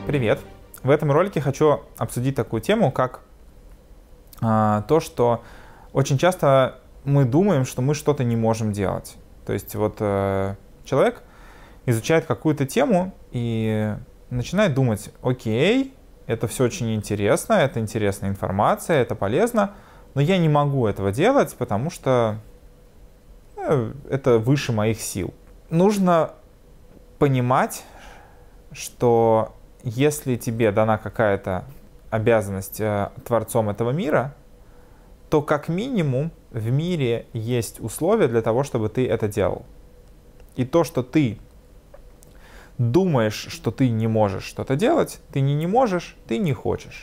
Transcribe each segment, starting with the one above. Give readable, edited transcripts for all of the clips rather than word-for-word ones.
Привет! В этом ролике хочу обсудить такую тему, как то, что очень часто мы думаем, что мы что-то не можем делать. То есть вот человек изучает какую-то тему и начинает думать: окей, это все очень интересно, это интересная информация, это полезно, но я не могу этого делать, потому что это выше моих сил. Нужно понимать, что если тебе дана какая-то обязанность творцом этого мира, то как минимум в мире есть условия для того, чтобы ты это делал. И то, что ты думаешь, что ты не можешь что-то делать, ты не можешь, ты не хочешь.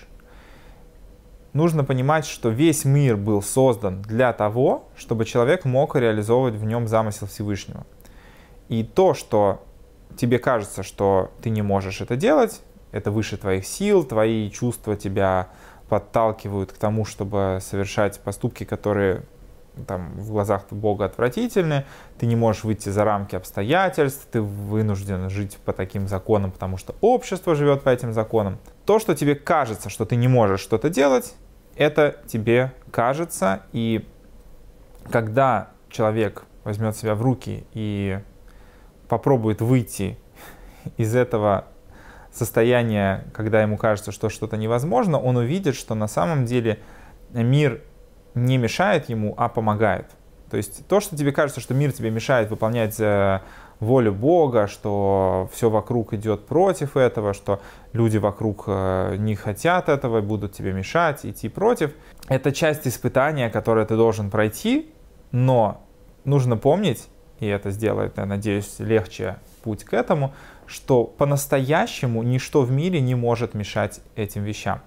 Нужно понимать, что весь мир был создан для того, чтобы человек мог реализовывать в нем замысел Всевышнего. И то, что тебе кажется, что ты не можешь это делать, это выше твоих сил, твои чувства тебя подталкивают к тому, чтобы совершать поступки, которые там, в глазах Бога отвратительны, ты не можешь выйти за рамки обстоятельств, ты вынужден жить по таким законам, потому что общество живет по этим законам. То, что тебе кажется, что ты не можешь что-то делать, это тебе кажется, и когда человек возьмет себя в руки и попробует выйти из этого состояния, когда ему кажется, что что-то невозможно, он увидит, что на самом деле мир не мешает ему, а помогает. То есть то, что тебе кажется, что мир тебе мешает выполнять волю Бога, что все вокруг идет против этого, что люди вокруг не хотят этого, будут тебе мешать, идти против. Это часть испытания, которое ты должен пройти, но нужно помнить, и это сделает, я надеюсь, легче путь к этому, что по-настоящему ничто в мире не может мешать этим вещам.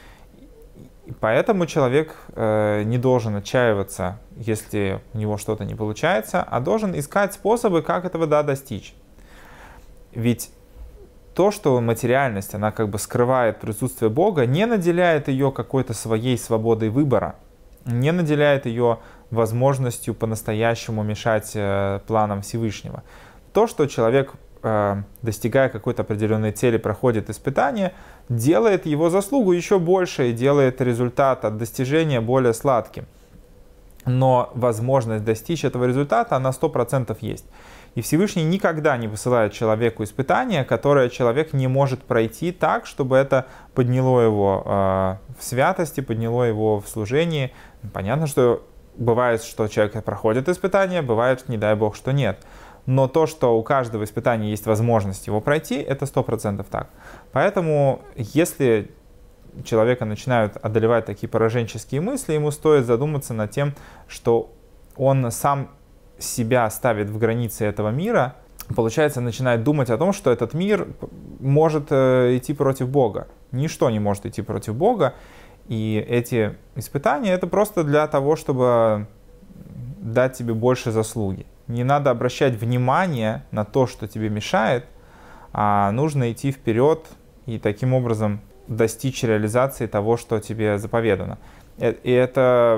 И поэтому человек не должен отчаиваться, если у него что-то не получается, а должен искать способы, как этого достичь. Ведь то, что материальность, она как бы скрывает присутствие Бога, не наделяет ее какой-то своей свободой выбора, не наделяет ее возможностью по-настоящему мешать планам Всевышнего. То, что человек, достигая какой-то определенной цели, проходит испытание, делает его заслугу еще больше и делает результат от достижения более сладким. Но возможность достичь этого результата, она 100% есть. И Всевышний никогда не высылает человеку испытание, которое человек не может пройти так, чтобы это подняло его в святости, подняло его в служении. Понятно, что бывает, что человек проходит испытание, бывает, не дай Бог, что нет. Но то, что у каждого испытания есть возможность его пройти, это 100% так. Поэтому, если человека начинают одолевать такие пораженческие мысли, ему стоит задуматься над тем, что он сам себя ставит в границы этого мира, получается, начинает думать о том, что этот мир может идти против Бога. Ничто не может идти против Бога. И эти испытания — это просто для того, чтобы дать тебе больше заслуги. Не надо обращать внимание на то, что тебе мешает, а нужно идти вперед и таким образом достичь реализации того, что тебе заповедано. И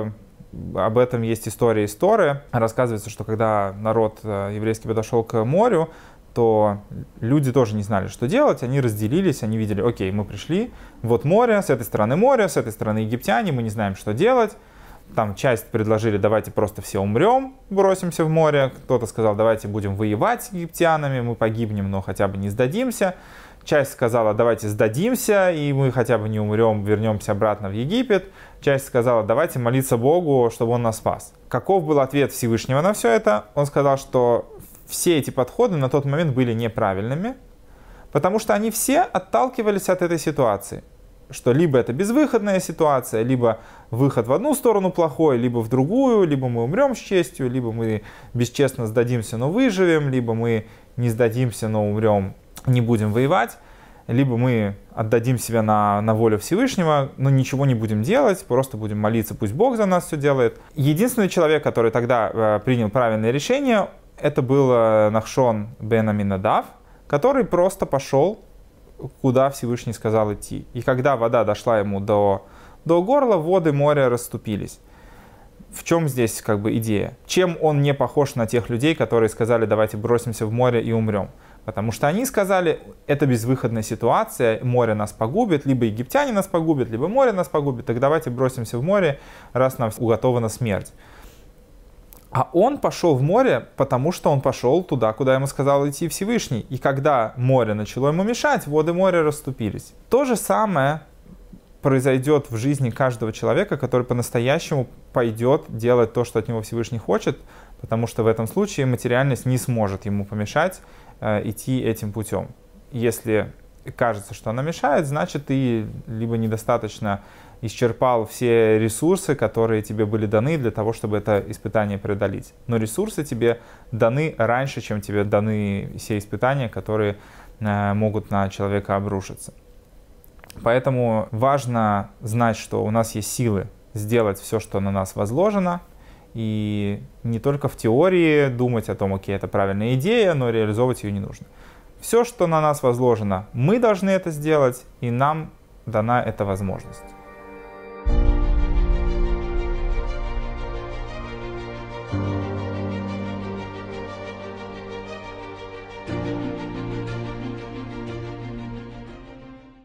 об этом есть история из Торы. Рассказывается, что когда народ еврейский подошел к морю, то люди тоже не знали, что делать, они разделились, они видели: окей, мы пришли, вот море, с этой стороны египтяне, мы не знаем, что делать. Там часть предложили: давайте просто все умрем, бросимся в море. Кто-то сказал: давайте будем воевать с египтянами, мы погибнем, но хотя бы не сдадимся. Часть сказала: давайте сдадимся, и мы хотя бы не умрем, вернемся обратно в Египет. Часть сказала: давайте молиться Богу, чтобы Он нас спас. Каков был ответ Всевышнего на все это? Он сказал, что все эти подходы на тот момент были неправильными, потому что они все отталкивались от этой ситуации. Что либо это безвыходная ситуация, либо выход в одну сторону плохой, либо в другую, либо мы умрем с честью, либо мы бесчестно сдадимся, но выживем, либо мы не сдадимся, но умрем, не будем воевать, либо мы отдадим себя на волю Всевышнего, но ничего не будем делать, просто будем молиться, пусть Бог за нас все делает. Единственный человек, который тогда принял правильное решение, это был Нахшон бен Аминадав, который просто пошел, куда Всевышний сказал идти. И когда вода дошла ему до горла, воды моря расступились. В чем здесь как бы идея? Чем он не похож на тех людей, которые сказали: давайте бросимся в море и умрем? Потому что они сказали, это безвыходная ситуация, море нас погубит, либо египтяне нас погубят, либо море нас погубит, так давайте бросимся в море, раз нам уготована смерть. А он пошел в море, потому что он пошел туда, куда ему сказал идти Всевышний. И когда море начало ему мешать, воды моря расступились. То же самое произойдет в жизни каждого человека, который по-настоящему пойдет делать то, что от него Всевышний хочет, потому что в этом случае материальность не сможет ему помешать идти этим путем. Если кажется, что она мешает, значит, ты либо недостаточно исчерпал все ресурсы, которые тебе были даны для того, чтобы это испытание преодолеть. Но ресурсы тебе даны раньше, чем тебе даны все испытания, которые могут на человека обрушиться. Поэтому важно знать, что у нас есть силы сделать все, что на нас возложено, и не только в теории думать о том, окей, это правильная идея, но реализовывать ее не нужно. Все, что на нас возложено, мы должны это сделать, и нам дана эта возможность.